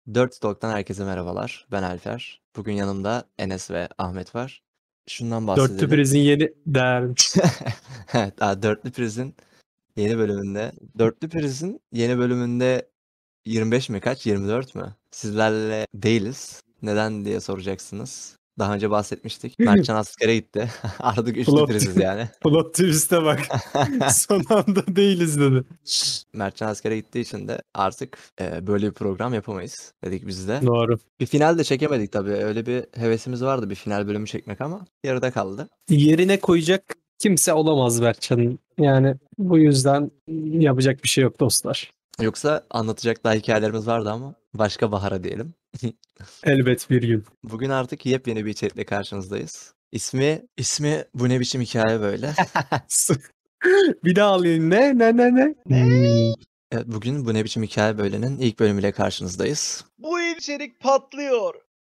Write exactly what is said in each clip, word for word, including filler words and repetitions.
Dört Talk'tan herkese merhabalar. Ben Alper. Bugün yanımda Enes ve Ahmet var. Şundan Dörtlü bahsedelim. Priz'in yeni der. Evet, aa, Dörtlü Priz'in yeni bölümünde. Dörtlü Priz'in yeni bölümünde yirmi beş mi kaç? yirmi dört mü? Sizlerle değiliz. Neden diye soracaksınız. Daha önce bahsetmiştik. Mertcan askere gitti. Artık üçlü Plot, priziz yani. plot twist'e bak. Son anda değiliz dedi. Mertcan askere gittiği için de artık e, böyle bir program yapamayız dedik biz de. Doğru. Bir final de çekemedik tabii. Öyle bir hevesimiz vardı bir final bölümü çekmek ama yarıda kaldı. Yerine koyacak kimse olamaz Berkcan'ın. Yani bu yüzden yapacak bir şey yok dostlar. Yoksa anlatacak daha hikayelerimiz vardı ama başka bahara diyelim. Elbet bir gün. Bugün artık yepyeni bir içerikle karşınızdayız. İsmi, ismi bu ne biçim hikaye böyle? Bir daha alayım. Ne ne ne ne? Hmm. Evet, bugün bu ne biçim hikaye böylenin ilk bölümüyle karşınızdayız. Bu içerik patlıyor.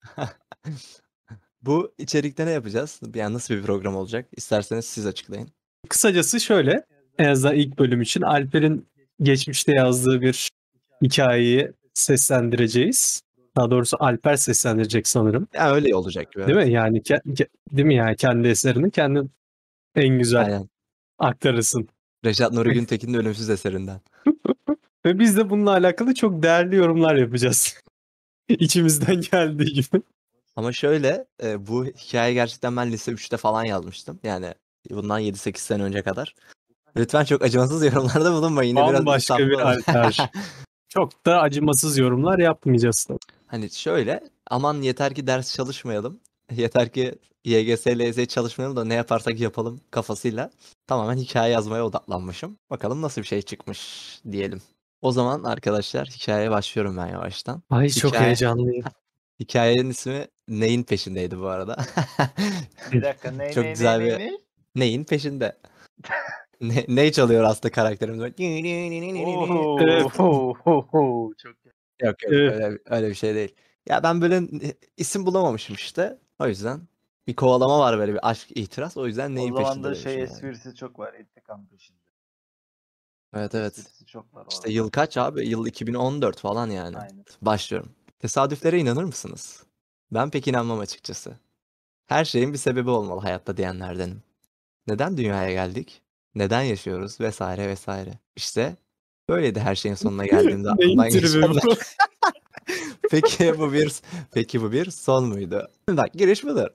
Bu içerikte ne yapacağız? Yani nasıl bir program olacak? İsterseniz siz açıklayın. Kısacası şöyle. En azından ilk bölüm için Alper'in geçmişte yazdığı bir hikayeyi seslendireceğiz. Daha doğrusu Alper seslendirecek sanırım. Yani öyle olacak gibi. Değil Evet. mi? Yani ke- ke- değil mi yani kendi eserini kendin en güzel Aynen. aktarırsın. Reşat Nuri Güntekin'in ölümsüz eserinden. Ve biz de bununla alakalı çok değerli yorumlar yapacağız. İçimizden geldiği gibi. Ama şöyle e, bu hikaye gerçekten ben lise üçte falan yazmıştım. Yani bundan yedi sekiz sene önce kadar. Lütfen çok acımasız yorumlarda bulunmayın. Yine biraz Bambaşka insaflı bir olun. Alper. Çok da acımasız yorumlar yapmayacağız tabii. Hani şöyle aman yeter ki ders çalışmayalım. Yeter ki Y G S, L Y S çalışmayalım da ne yaparsak yapalım kafasıyla tamamen hikaye yazmaya odaklanmışım. Bakalım nasıl bir şey çıkmış diyelim. O zaman arkadaşlar hikayeye başlıyorum ben yavaştan. Ay çok Hikaye, heyecanlıyım. hikayenin ismi Neyin Peşindeydi bu arada. Bir dakika ne Çok ne güzel ne bir- ne ne? Neyin peşinde? Ne, ney çalıyor aslında karakterimiz? Böyle Evet. Oho, çok iyi. Yok yok Evet. öyle, öyle bir şey değil. Ya ben böyle e, isim bulamamışım işte. O yüzden bir kovalama var böyle bir aşk itiraz. O yüzden O neyin zaman peşinde da şey demişim yani. esprisi çok var. İntikam peşinde. Evet evet. Esprisi çok var İşte orada. yıl kaç abi? Yıl iki bin on dört falan yani. Aynen. Başlıyorum. Tesadüflere inanır mısınız? Ben pek inanmam açıkçası. Her şeyin bir sebebi olmalı hayatta diyenlerdenim. Neden dünyaya geldik? Neden yaşıyoruz? Vesaire vesaire. İşte böyleydi her şeyin sonuna geldiğimde Neyin aklımdan tribi bu? geçenler. Peki bu bir peki bu bir son muydu? Bak giriş budur.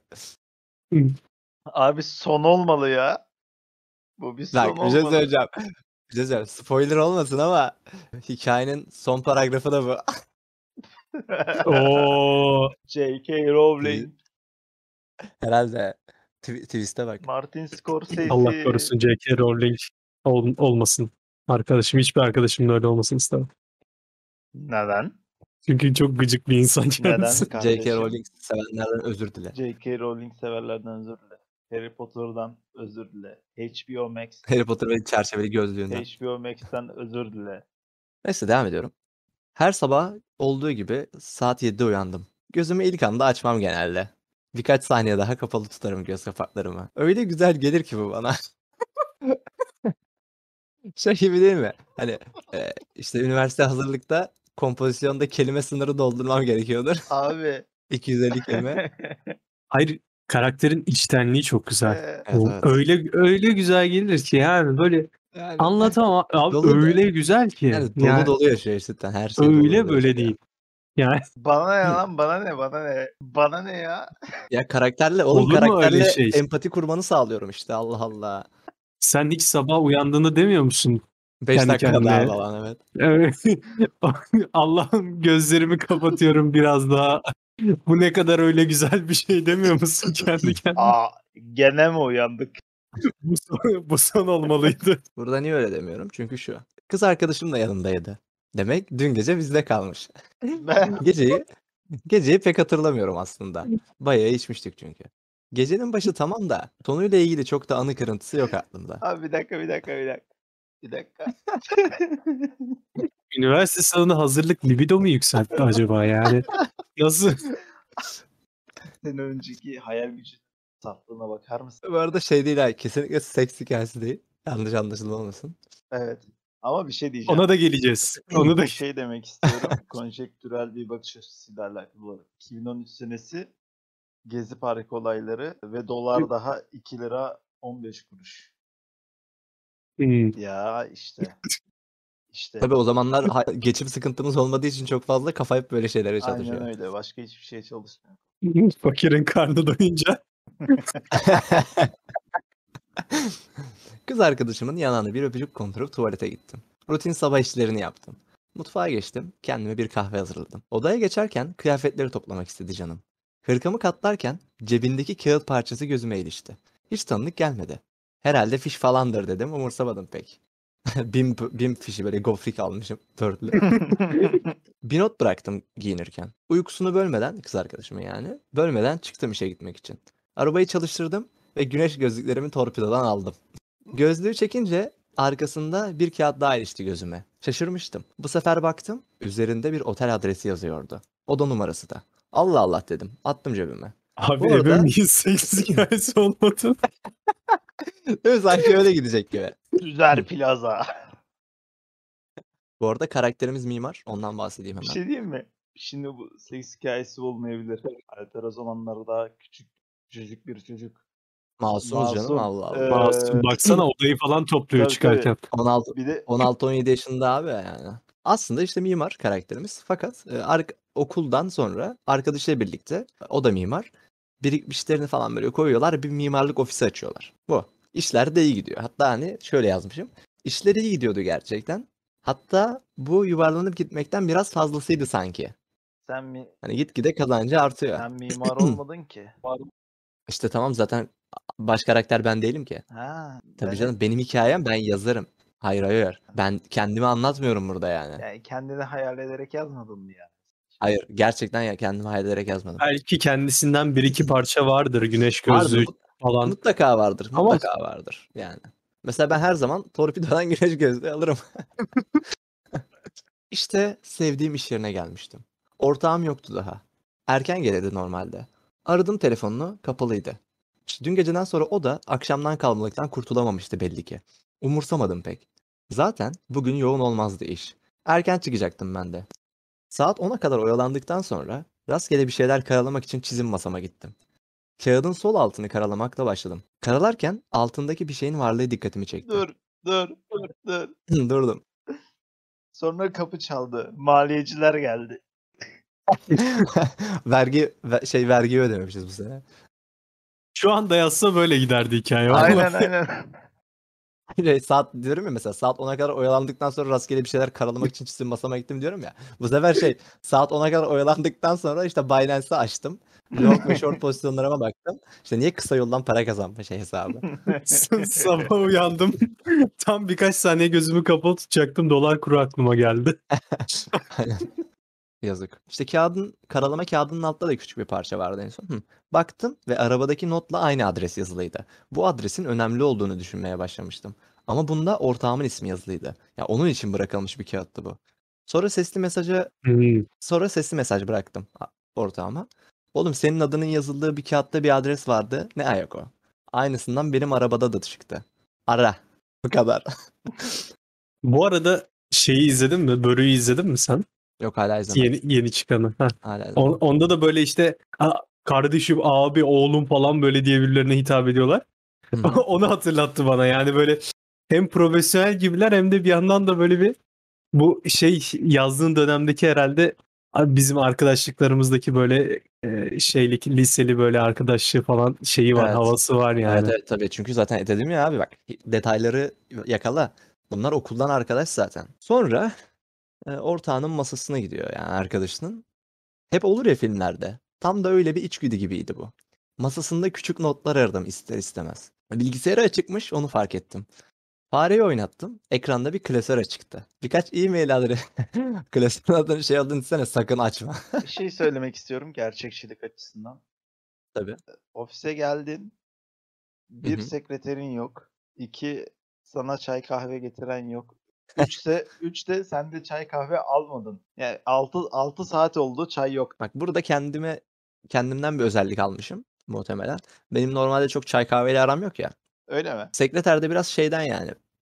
Abi son olmalı ya. Bu bir son Bak bir şey olmalı. söyleyeceğim. Bir şey söyleyeceğim. Spoiler olmasın ama hikayenin son paragrafı da bu. Oo. J K Rowling, Herhalde Tw- twist'e bak. Martin Scorsese. Allah korusun J K Rowling ol- olmasın. Arkadaşım hiçbir arkadaşım da öyle olmasını istemem. Neden? Çünkü çok gıcık bir insan Neden kendisi. J K kardeşim? Rowling sevenlerden özür dile. J K Rowling severlerden özür dile. Harry Potter'dan özür dile. H B O Max, Harry Potter ve çerçeveli gözlüğünden. H B O Max'ten özür dile. Neyse devam ediyorum. Her sabah olduğu gibi saat yedide uyandım. Gözümü ilk anda açmam genelde. Birkaç saniye daha kapalı tutarım göz kapaklarımı. Öyle güzel gelir ki bu bana. Şey gibi değil mi? Hani e, işte üniversite hazırlıkta kompozisyonda kelime sınırı doldurmam gerekiyordur. Abi. iki yüz elli kelime. Hayır, karakterin içtenliği çok güzel. Ee, Evet, O evet. öyle öyle güzel gelir ki yani böyle Yani, anlatamam abi, Dolu da- öyle güzel ki. yani dolu Yani dolu yaşıyor cidden. Her şey dolu öyle dolu böyle yaşıyor. değil. Yani bana ne lan bana ne bana ne bana ne ya? Ya karakterle oğlum olur mu öyle karakterle şey? empati kurmanı sağlıyorum işte Allah Allah. Sen hiç sabah uyandığında demiyor musun? beş Kendi dakika kendine. daha falan evet. Evet. Allah'ım gözlerimi kapatıyorum biraz daha. Bu ne kadar öyle güzel bir şey demiyor musun kendi kendine? Aa gene mi uyandık? Bu son, bu son olmalıydı. Burada niye öyle demiyorum? Çünkü şu. Kız arkadaşım da yanındaydı. Demek dün gece bizde kalmış. Ben Geceyi geceyi pek hatırlamıyorum aslında. Bayağı içmiştik çünkü. Gecenin başı tamam da tonuyla ilgili çok da anı kırıntısı yok aklımda. abi bir dakika bir dakika bir dakika. Bir dakika. Üniversite sınavına hazırlık libido mu yükseltti acaba yani? Nasıl? Senin önceki hayal gücü saflığına bakar mısın? Bu arada şey değil ha, kesinlikle seks hikayesi değil. Yanlış anlaşılma olmasın. Evet. Ama bir şey diyeceğim. Ona da geleceğiz. Onu da Bir şey demek istiyorum. Konjektürel bir bakış açısıyla alakalı olarak. iki bin on üç senesi Gezi Parkı olayları ve dolar daha iki lira on beş kuruş. Hmm. Ya işte. İşte. Tabii o zamanlar ha- geçim sıkıntımız olmadığı için çok fazla kafa hep böyle şeylere çalışıyor. Aynen öyle. Başka hiçbir şey çalışmıyor. Fakirin karnı doyunca. Kız arkadaşımın yanağına bir öpücük kondurup tuvalete gittim. Rutin sabah işlerini yaptım. Mutfağa geçtim, kendime bir kahve hazırladım. Odaya geçerken kıyafetleri toplamak istedi canım. Hırkamı katlarken cebindeki kağıt parçası gözüme ilişti. Hiç tanıdık gelmedi. Herhalde fiş falandır dedim, umursamadım pek. Bim, bim fişi böyle gofrik almışım, dörtlü. Bir not bıraktım giyinirken. Uykusunu bölmeden, kız arkadaşımı yani, bölmeden çıktım işe gitmek için. Arabayı çalıştırdım ve güneş gözlüklerimi torpidodan aldım. Gözlüğü çekince arkasında bir kağıt daha ilişti gözüme. Şaşırmıştım. Bu sefer baktım, üzerinde bir otel adresi yazıyordu. Oda numarası da. Allah Allah dedim. Attım cebime. Abi Bu arada- Ebe'nin niye seks hikayesi olmadı? Değil mi? Sanki öyle gidecek gibi. Güzel plaza. Bu arada karakterimiz mimar. Ondan bahsedeyim Bir hemen. şey diyeyim mi? Şimdi bu seks hikayesi olmayabilir. Alper o zamanlar daha küçük çocuk bir çocuk. Masumuz canım, Masum. Allah Allah. Ee, Masum baksana odayı falan topluyor tabii, çıkarken. on altı Bir de on altı on yedi yaşında abi yani. Aslında işte mimar karakterimiz. Fakat e, ark- okuldan sonra arkadaşıyla birlikte, o da mimar, birikmişlerini falan böyle koyuyorlar. Bir mimarlık ofisi açıyorlar. Bu. İşler de iyi gidiyor. Hatta hani şöyle yazmışım. İşleri iyi gidiyordu gerçekten. Hatta bu yuvarlanıp gitmekten biraz fazlasıydı sanki. sen mi Hani gitgide kazancı artıyor. sen mimar olmadın ki. İşte tamam, zaten baş karakter ben değilim ki. Ha. Tabii ben- canım, benim hikayem, ben yazarım. Hayır hayır. Ben kendimi anlatmıyorum burada yani. Yani kendini hayal ederek yazmadın mı yani? Hayır, gerçekten ya kendimi hayal ederek yazmadım. Belki kendisinden bir iki parça vardır. Güneş Vardır, gözlüğü mut- falan. mutlaka vardır. Ama- Mutlaka vardır yani. Mesela ben her zaman torpidodan güneş gözlüğü alırım. İşte sevdiğim iş yerine gelmiştim. Ortağım yoktu daha. Erken gelirdi normalde. Aradım, telefonunu, kapalıydı. İşte dün geceden sonra o da akşamdan kalmalıktan kurtulamamıştı belli ki. Umursamadım pek. Zaten bugün yoğun olmazdı iş. Erken çıkacaktım ben de. Saat ona kadar oyalandıktan sonra rastgele bir şeyler karalamak için çizim masama gittim. Kağıdın sol altını karalamakla başladım. Karalarken altındaki bir şeyin varlığı dikkatimi çekti. Dur, dur, dur, dur. Durdum. Sonra kapı çaldı. Maliyeciler geldi. vergi ve- şey vergiyi ödememişiz bu sene. Şu anda yazsa böyle giderdi hikaye. vallahi. Aynen aynen. Şey, saat diyorum ya, mesela saat ona kadar oyalandıktan sonra rastgele bir şeyler karalamak için çizim masama gittim diyorum ya. Bu sefer şey, saat ona kadar oyalandıktan sonra işte Binance'ı açtım. Long ve short pozisyonlarıma baktım. İşte niye kısa yoldan para kazanma şey hesabı. Sabah uyandım. Tam birkaç saniye gözümü kapalı tutacaktım. Dolar kuru aklıma geldi. Aynen. Yazık. İşte kağıdın, karalama kağıdının altta da küçük bir parça vardı en son. Hı. Baktım ve arabadaki notla aynı adres yazılıydı. Bu adresin önemli olduğunu düşünmeye başlamıştım. Ama bunda ortağımın ismi yazılıydı. Ya onun için bırakılmış bir kağıttı bu. Sonra sesli mesajı Hmm. Sonra sesli mesaj bıraktım a- ortağıma. Oğlum, senin adının yazıldığı bir kağıtta bir adres vardı. Ne ayak o? Aynısından benim arabada da çıktı. Ara. Bu kadar. Bu arada şeyi izledin mi? Börü'yü izledin mi sen? Yok, hala izlemedim. Yeni yeni çıkanı. Heh. Hala On- izlemedim. onda da böyle işte "Aa, kardeşim, abi, oğlum" falan böyle diye birbirlerine hitap ediyorlar. Hı hı. Onu hatırlattı bana. Yani böyle hem profesyonel gibiler hem de bir yandan da böyle bir bu şey yazdığın dönemdeki herhalde bizim arkadaşlıklarımızdaki böyle e, şeylik liseli böyle arkadaşlığı falan şeyi var, Evet. havası var yani. Evet evet, tabii, çünkü zaten dedim ya abi, bak detayları yakala. Bunlar okuldan arkadaş zaten. Sonra e, ortağının masasına gidiyor yani, arkadaşının. Hep olur ya filmlerde. Tam da öyle bir içgüdü gibiydi bu. Masasında küçük notlar aradım ister istemez. Bilgisayarı açıkmış, onu fark ettim. Fareyi oynattım. Ekranda bir klasör açıktı. Birkaç e-mail adresi. Klasörün adını şey olduğunu düşünsene, sakın açma. Bir şey söylemek istiyorum gerçekçilik açısından. Tabii. Ofise geldin. Bir hı. sekreterin yok. İki sana çay kahve getiren yok. Üçse üç de sen de çay kahve almadın. Yani altı altı saat oldu, çay yok. Bak, burada kendime kendimden bir özellik almışım muhtemelen. Benim normalde çok çay kahveyle aram yok ya. Öyle mi? Sekreter de biraz şeyden yani.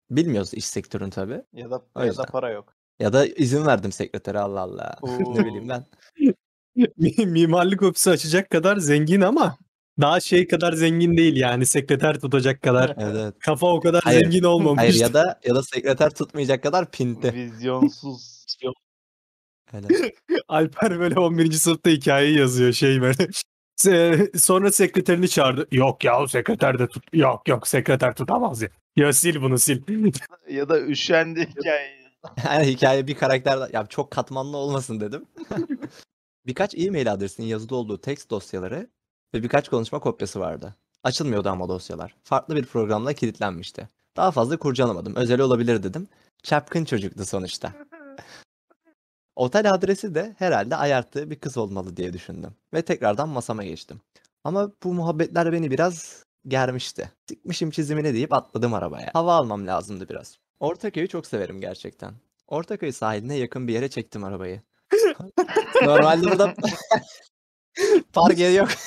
Bilmiyoruz iş sektörünü tabii. Ya da O ya yüzden. da para yok. Ya da izin verdim sekretere Allah Allah. Ne bileyim Oo. ben. Mi- Mimarlık ofisi açacak kadar zengin ama daha şey kadar zengin değil yani sekreter tutacak kadar. Evet, evet. Kafa o kadar Hayır. zengin olmamış. Hayır ya da ya da sekreter tutmayacak kadar pinti. Vizyonsuz. Öyle. Alper böyle on birinci sınıfta hikayeyi yazıyor şey böyle. Se- Sonra sekreterini çağırdı. Yok ya o sekreter de tut. Yok yok sekreter tutamaz ya. Ya sil bunu sil. Ya da üşendi hikaye. Yani hikaye bir karakter ya çok katmanlı olmasın dedim. Birkaç e-mail adresinin yazılı olduğu text dosyaları ve birkaç konuşma kopyası vardı. Açılmıyordu ama dosyalar. Farklı bir programla kilitlenmişti. Daha fazla kurcalamadım. Özel olabilir dedim. Çapkın çocuktu sonuçta. Otel adresi de herhalde ayarttığı bir kız olmalı diye düşündüm. Ve tekrardan masama geçtim. Ama bu muhabbetler beni biraz germişti. Sikmişim çizimini deyip atladım arabaya. Hava almam lazımdı biraz. Ortaköy'ü çok severim gerçekten. Ortaköy sahiline yakın bir yere çektim arabayı. Normalde burada park yeri yok.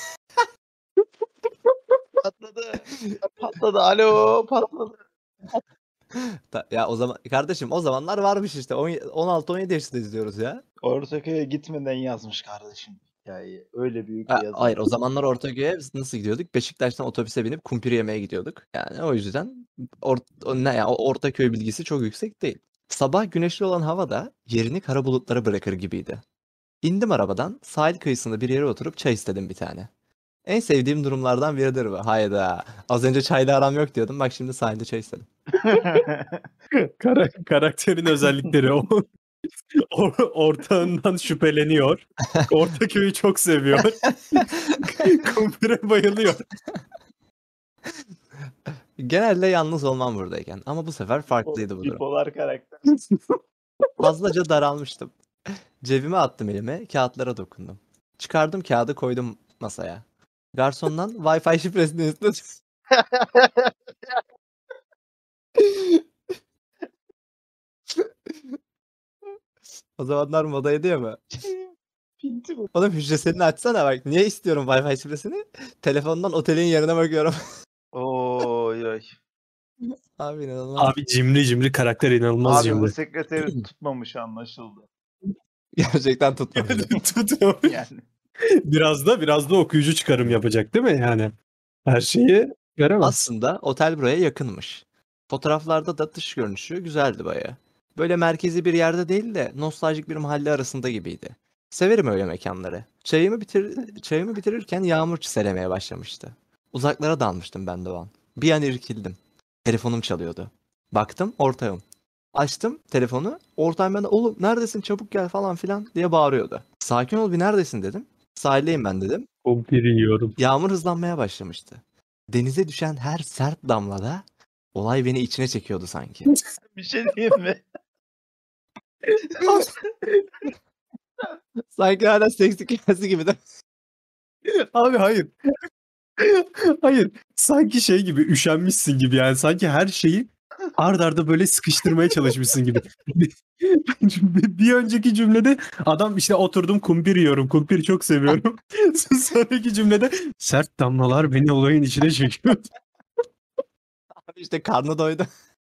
Patladı. Patladı. Alo patladı. Ta- Ya o zaman kardeşim o zamanlar varmış işte. on altı on yedi yaşında izliyoruz ya. Ortaköy'e gitmeden yazmış kardeşim hikayeyi. Öyle büyük bir Ha, yazı. hayır o zamanlar Ortaköy'e biz nasıl gidiyorduk? Beşiktaş'tan otobüse binip kumpir yemeye gidiyorduk. Yani o yüzden or o ne ya o Ortaköy bilgisi çok yüksek değil. Sabah güneşli olan havada yerini kara bulutlara bırakır gibiydi. İndim arabadan, sahil kıyısında bir yere oturup çay istedim bir tane. En sevdiğim durumlardan biridir bu. Hayda. Az önce çayla aram yok diyordum. Bak şimdi sahilde çay istedim. Kara- karakterin özellikleri o. Or- ortağından şüpheleniyor. Ortaköy'ü çok seviyor. Kumpire bayılıyor. Genelde yalnız olmam buradayken ama bu sefer farklıydı bu durum. Bipolar karakter. Fazlaca daralmıştım. Cebime attım elimi, kağıtlara dokundum. Çıkardım kağıdı koydum masaya. Garsondan Wi-Fi şifresini istedim. O zamanlar modaydı ya mı? Pinti bu. Oğlum hücresini açsana bak. Niye istiyorum Wi-Fi şifresini? Telefondan otelin yerine bakıyorum. Oy oy. Abi inanılmaz. Abi cimri cimri karakter inanılmaz Abi bu cimri. sekreteri tutmamış anlaşıldı. Gerçekten tutmadı. Tutuyor. Yani. Biraz da biraz da okuyucu çıkarım yapacak değil mi yani? Her şeyi göremez. Aslında otel buraya yakınmış. Fotoğraflarda da dış görünüşü güzeldi bayağı. Böyle merkezi bir yerde değil de nostaljik bir mahalle arasında gibiydi. Severim öyle mekanları. Çayımı bitir çayımı bitirirken yağmur çiselemeye başlamıştı. Uzaklara dalmıştım ben de o an. Bir an irkildim. Telefonum çalıyordu. Baktım ortağım. Açtım telefonu. Ortağım bana oğlum neredesin çabuk gel falan filan diye bağırıyordu. Sakin ol bir neredesin dedim. Sahildeyim ben dedim. Kumpiri yiyorum. Yağmur hızlanmaya başlamıştı. Denize düşen her sert damlada olay beni içine çekiyordu sanki. Bir şey diyeyim mi? Sanki hala seks hikayesi gibi de. Abi hayır. Hayır. Sanki şey gibi üşenmişsin gibi yani. Sanki her şeyi ard arda böyle sıkıştırmaya çalışmışsın gibi. Bir önceki cümlede adam işte oturdum kumpir yiyorum. Kumpir çok seviyorum. Sonraki cümlede sert damlalar beni olayın içine çekiyor. Abi işte karnı doydu.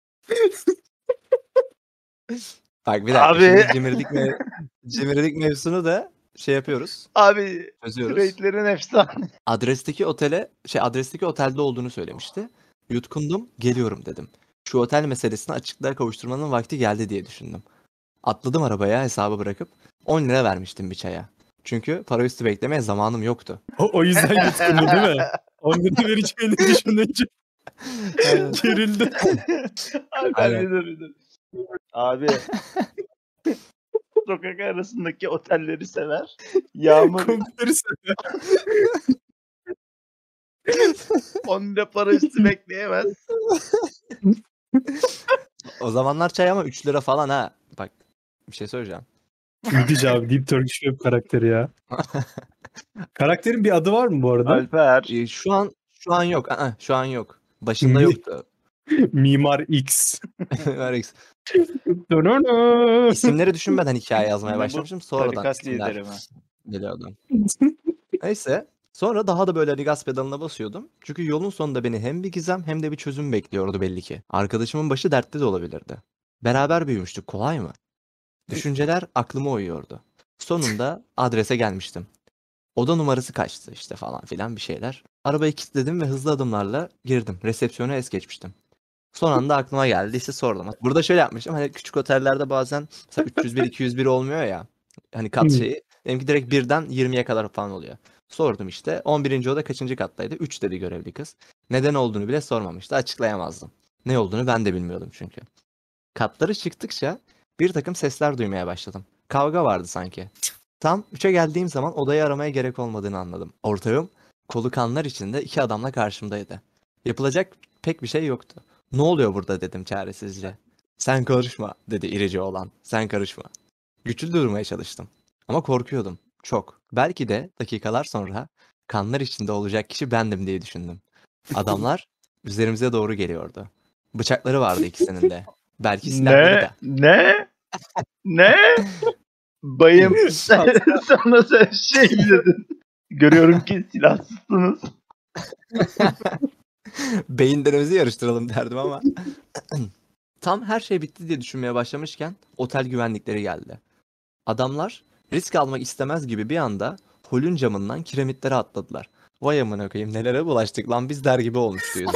Bak bir dakika. Abi. Şimdi cimrilik, mev cimrilik mevzusunu da şey yapıyoruz. Abi Çözüyoruz. trade'lerin efsane. Adresteki otele şey adresteki otelde olduğunu söylemişti. Yutkundum, geliyorum dedim. Şu otel meselesini açıklığa kavuşturmanın vakti geldi diye düşündüm. Atladım arabaya hesabı bırakıp on lira vermiştim bir çaya. Çünkü para üstü beklemeye zamanım yoktu. O, o yüzden yutkundu değil mi? on lira vereceğini düşününce Aynen. gerildi. Abi Aynen. bir dur bir dur. Abi. Sokak arasındaki otelleri sever. Yağmur Kumpiri seviyor. on lira para üstü bekleyemez. O zamanlar çay ama üç lira falan ha. Bak bir şey söyleyeceğim. Müthiş abi Deep Turkish Web karakteri ya. Karakterin bir adı var mı bu arada? Alper. Ee, şu an şu an yok. Aa, şu an yok. Başında Mi- yoktu. Mimar X. Alex. Dönönö. İsimleri düşünmeden hikaye yazmaya Yine bu başlamışım. Sonradan tarikat isimler lideri mi? geliyordu. Neyse. Sonra daha da böyle hani gaz pedalına basıyordum. Çünkü yolun sonunda beni hem bir gizem hem de bir çözüm bekliyordu belli ki. Arkadaşımın başı dertte de olabilirdi. Beraber büyümüştük, kolay mı? Düşünceler aklıma uyuyordu. Sonunda adrese gelmiştim. Oda numarası kaçtı işte falan filan bir şeyler. Arabayı kilitledim ve hızlı adımlarla girdim. Resepsiyona es geçmiştim. Son anda aklıma geldi işte sordum. Burada şöyle yapmıştım. Hani küçük otellerde bazen mesela üç yüz bir iki yüz bir olmuyor ya. Hani kat Hmm. şeyi. Benimki direkt birden yirmiye kadar falan oluyor. Sordum işte. on birinci oda kaçıncı kattaydı? üç dedi görevli kız. Neden olduğunu bile sormamıştı. Açıklayamazdım. Ne olduğunu ben de bilmiyordum çünkü. Katları çıktıkça bir takım sesler duymaya başladım. Kavga vardı sanki. Tam üçe geldiğim zaman odayı aramaya gerek olmadığını anladım. Ortağım kolu kanlar içinde iki adamla karşımdaydı. Yapılacak pek bir şey yoktu. Ne oluyor burada dedim çaresizce. Sen karışma dedi irici olan. Sen karışma. Güçlü durmaya çalıştım. Ama korkuyordum. Çok. Belki de dakikalar sonra kanlar içinde olacak kişi bendim diye düşündüm. Adamlar üzerimize doğru geliyordu. Bıçakları vardı ikisinin de. Belki silahları Ne? da. Ne? Ne? Bayım sen, sana sen şey mi dedin? Görüyorum ki silahsızsınız. Beyinlerimizi yarıştıralım derdim ama. Tam her şey bitti diye düşünmeye başlamışken otel güvenlikleri geldi. Adamlar risk almak istemez gibi bir anda holün camından kiremitlere atladılar. Vay amına koyayım nelere bulaştık lan biz der gibi olmuştu yüzüm.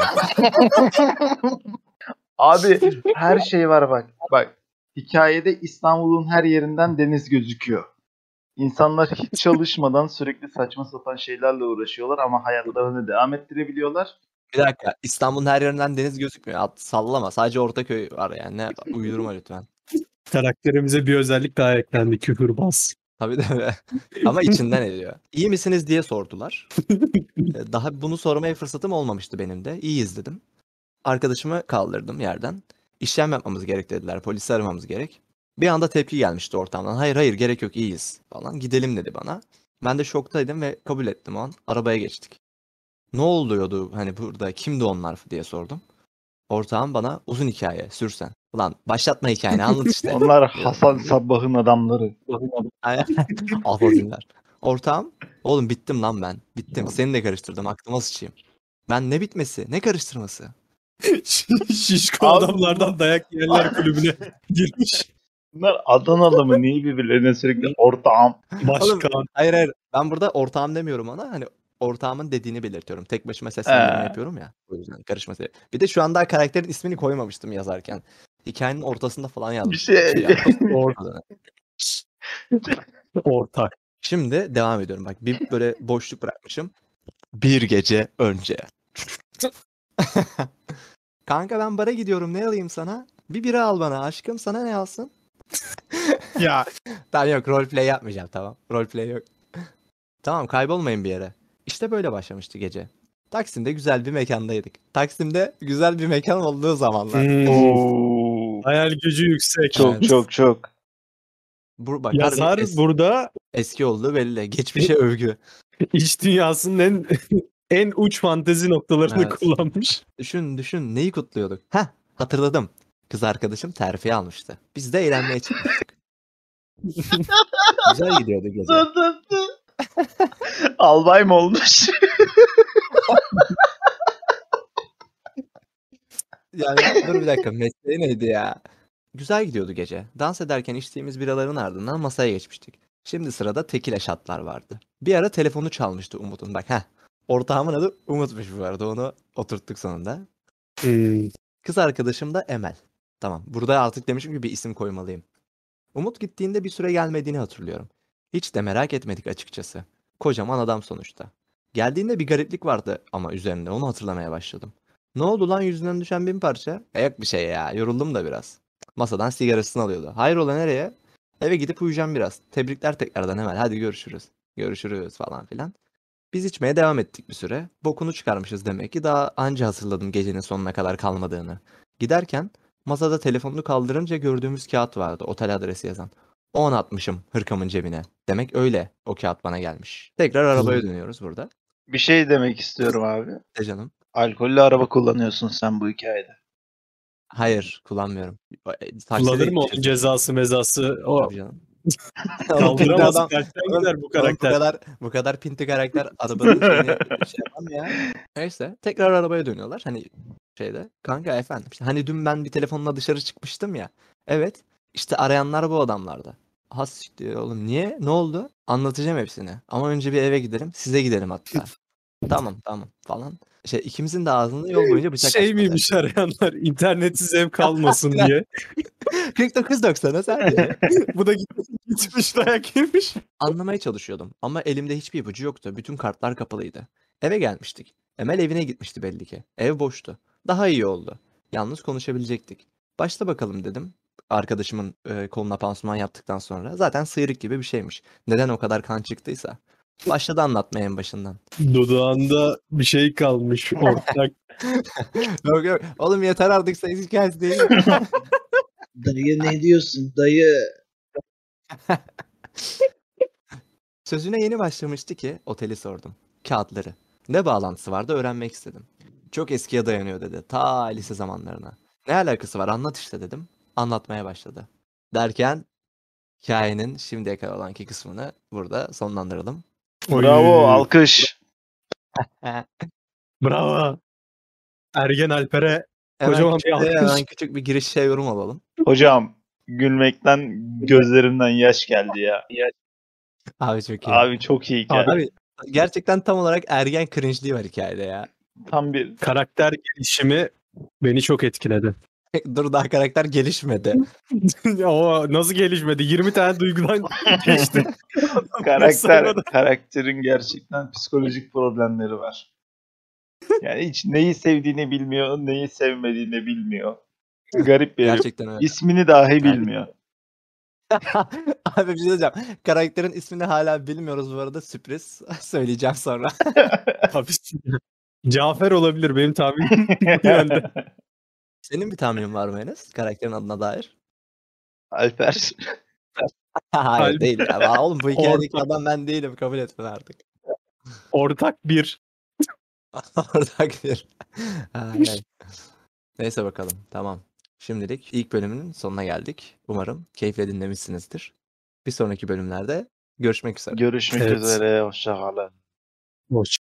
Abi her şey var bak. Bak hikayede İstanbul'un her yerinden deniz gözüküyor. İnsanlar hiç çalışmadan sürekli saçma sapan şeylerle uğraşıyorlar ama hayatlarını devam ettirebiliyorlar. Bir dakika İstanbul'un her yerinden deniz gözükmüyor. At, sallama sadece Ortaköy var yani. Ne, uydurma lütfen. Karakterimize bir özellik daha eklendi. Küfürbaz. Tabii de ama içinden ediyor. İyi misiniz diye sordular. Ee, Daha bunu sormaya fırsatım olmamıştı benim de. İyiyiz dedim. Arkadaşımı kaldırdım yerden. İşlem yapmamız gerek dediler. Polisi aramamız gerek. Bir anda tepki gelmişti ortamdan. Hayır hayır gerek yok iyiyiz falan. Gidelim dedi bana. Ben de şoktaydım ve kabul ettim o an. Arabaya geçtik. Ne oluyordu hani burada kimdi onlar diye sordum. Ortağım bana uzun hikaye sürsen. Ulan başlatma hikayeni anlat işte. Onlar Hasan Sabbah'ın adamları. Afazinler. Ortağım oğlum bittim lan ben. Bittim. Seni de karıştırdım aklıma sıçayım. Ben ne bitmesi ne karıştırması. Şişko Abi adamlardan dayak yiyenler kulübüne girmiş. Bunlar Adanalı mı? Niye birbirlerine sürekli ortağım? Oğlum, Başkan. hayır hayır ben burada ortağım demiyorum ona hani ortağımın dediğini belirtiyorum. Tek başıma seslendirme Ee. yapıyorum ya. O yüzden karışması. Bir de şu anda karakterin ismini koymamıştım yazarken. Hikayenin ortasında falan yazmıştım. Bir şey- yapmıştım. Or- Ortak. Şimdi devam ediyorum bak bir böyle boşluk bırakmışım. Bir gece önce. Kanka ben bara gidiyorum ne alayım sana? Bir bira al bana aşkım sana ne alsın? Ya Tamam yok roleplay yapmayacağım tamam. Roleplay yok. Tamam kaybolmayın bir yere. İşte böyle başlamıştı gece. Taksim'de güzel bir mekandaydık. Taksim'de güzel bir mekan olduğu zamanlar. Hmm. Oo. Hayal gücü yüksek. Çok Evet. çok çok. Bu, bak, Yazar harbi es- burada eski olduğu belli. Geçmişe övgü. iç dünyasının en en uç fantezi noktalarını Evet. kullanmış. Düşün düşün neyi kutluyorduk? Heh hatırladım. Kız arkadaşım terfi almıştı. Biz de eğlenmeye çıkmıştık. Güzel gidiyordu gece. Dur dur dur. Albay mı olmuş? Yani dur bir dakika mesleği neydi ya? Güzel gidiyordu gece. Dans ederken içtiğimiz biraların ardından masaya geçmiştik. Şimdi sırada tekile şatlar vardı. Bir ara telefonu çalmıştı Umut'un. Bak heh. Ortağımın adı Umut'muş bu arada. Onu oturttuk sonunda. Hmm. Kız arkadaşım da Emel. Tamam. Burada artık demişim ki bir isim koymalıyım. Umut gittiğinde bir süre gelmediğini hatırlıyorum. Hiç de merak etmedik açıkçası. Kocaman adam sonuçta. Geldiğinde bir gariplik vardı ama üzerinde onu hatırlamaya başladım. Ne oldu lan yüzünden düşen bin parça? E yok bir şey ya. Yoruldum da biraz. Masadan sigarasını alıyordu. Hayrola nereye? Eve gidip uyuyacağım biraz. Tebrikler tekrardan Emel. Hadi görüşürüz. Görüşürüz falan filan. Biz içmeye devam ettik bir süre. Bokunu çıkarmışız demek ki daha anca hatırladım gecenin sonuna kadar kalmadığını. Giderken masada telefonunu kaldırınca gördüğümüz kağıt vardı otel adresi yazan. on atmışım hırkamın cebine. Demek öyle o kağıt bana gelmiş. Tekrar arabaya dönüyoruz burada. Bir şey demek istiyorum abi. De canım. Alkollü araba kullanıyorsun sen bu hikayede. Hayır kullanmıyorum. E, takside Kullanır mı gitmişiz onun zaten. cezası mezası? O Tabii canım. Oğlum pinti Kaldıramaz. adam. Kaçtan Oğlum, gider bu oğlum bu karakter? kadar bu kadar pinti karakter arabanın şeyini şey yapmam ya. Neyse tekrar arabaya dönüyorlar. Hani şeyde. Kanka efendim işte hani dün ben bir telefonla dışarı çıkmıştım ya. Evet. İşte arayanlar bu adamlardı. Has siktir oğlum niye? Ne oldu? Anlatacağım hepsini. Ama önce bir eve gidelim. Size gidelim hatta. Tamam tamam falan. Şey ikimizin de ağzında yol boyunca bıçak Şey açmadı. miymiş arayanlar? İnternetsiz ev kalmasın diye. kırk dokuz doksan sadece. Bu da gitmiş, gitmiş dayak yemiş. Anlamaya çalışıyordum ama elimde hiçbir ipucu yoktu. Bütün kartlar kapalıydı. Eve gelmiştik. Emel evine gitmişti belli ki. Ev boştu. Daha iyi oldu. Yalnız konuşabilecektik. Başla bakalım dedim. Arkadaşımın e, koluna pansuman yaptıktan sonra. Zaten sıyrık gibi bir şeymiş. Neden o kadar kan çıktıysa. Başladı anlatmaya en başından. Dudağında bir şey kalmış ortak. Yok yok. Oğlum yeter artık sayısı hikayesi değil. Dayı ne diyorsun dayı? Sözüne yeni başlamıştı ki oteli sordum. Kağıtları. Ne bağlantısı vardı öğrenmek istedim. Çok eskiye dayanıyor dedi. Ta lise zamanlarına. Ne alakası var anlat işte dedim. Anlatmaya başladı. Derken hikayenin şimdiye kadar olan iki kısmını burada sonlandıralım. Bravo, Oy. alkış. Bravo. Ergen Alper'e Hemen, kocaman küçük, bir alkış. hemen küçük bir giriş şey yorum alalım. Hocam gülmekten gözlerimden yaş geldi ya. Abi çok iyi. Abi çok iyi hikaye. Abi gerçekten tam olarak ergen cringe'liği var hikayede ya. Tam bir Karakter gelişimi beni çok etkiledi. Dur daha karakter gelişmedi. O nasıl gelişmedi? yirmi tane duygudan geçti. karakter Sonra da- karakterin gerçekten psikolojik problemleri var. Yani hiç neyi sevdiğini bilmiyor, neyi sevmediğini bilmiyor. Garip bir herif. Gerçekten öyle. İsmini dahi bilmiyor. Abi bir şey diyeceğim. Karakterin ismini hala bilmiyoruz bu arada. Sürpriz. Söyleyeceğim sonra. Tabii. Cafer olabilir benim tahminim bu yönde. Senin bir tahminin var mı Enes? Karakterin adına dair. Alper. Hayır Alp- değil ya. Aa, Oğlum bu hikayedeki Ortak. adam ben değilim. Kabul etme artık. Ortak bir. Ortak bir. Aynen. Neyse bakalım. Tamam. Şimdilik ilk bölümün sonuna geldik. Umarım keyifle dinlemişsinizdir. Bir sonraki bölümlerde görüşmek üzere. Görüşmek Evet. üzere. Hoşça kalın. Hoş.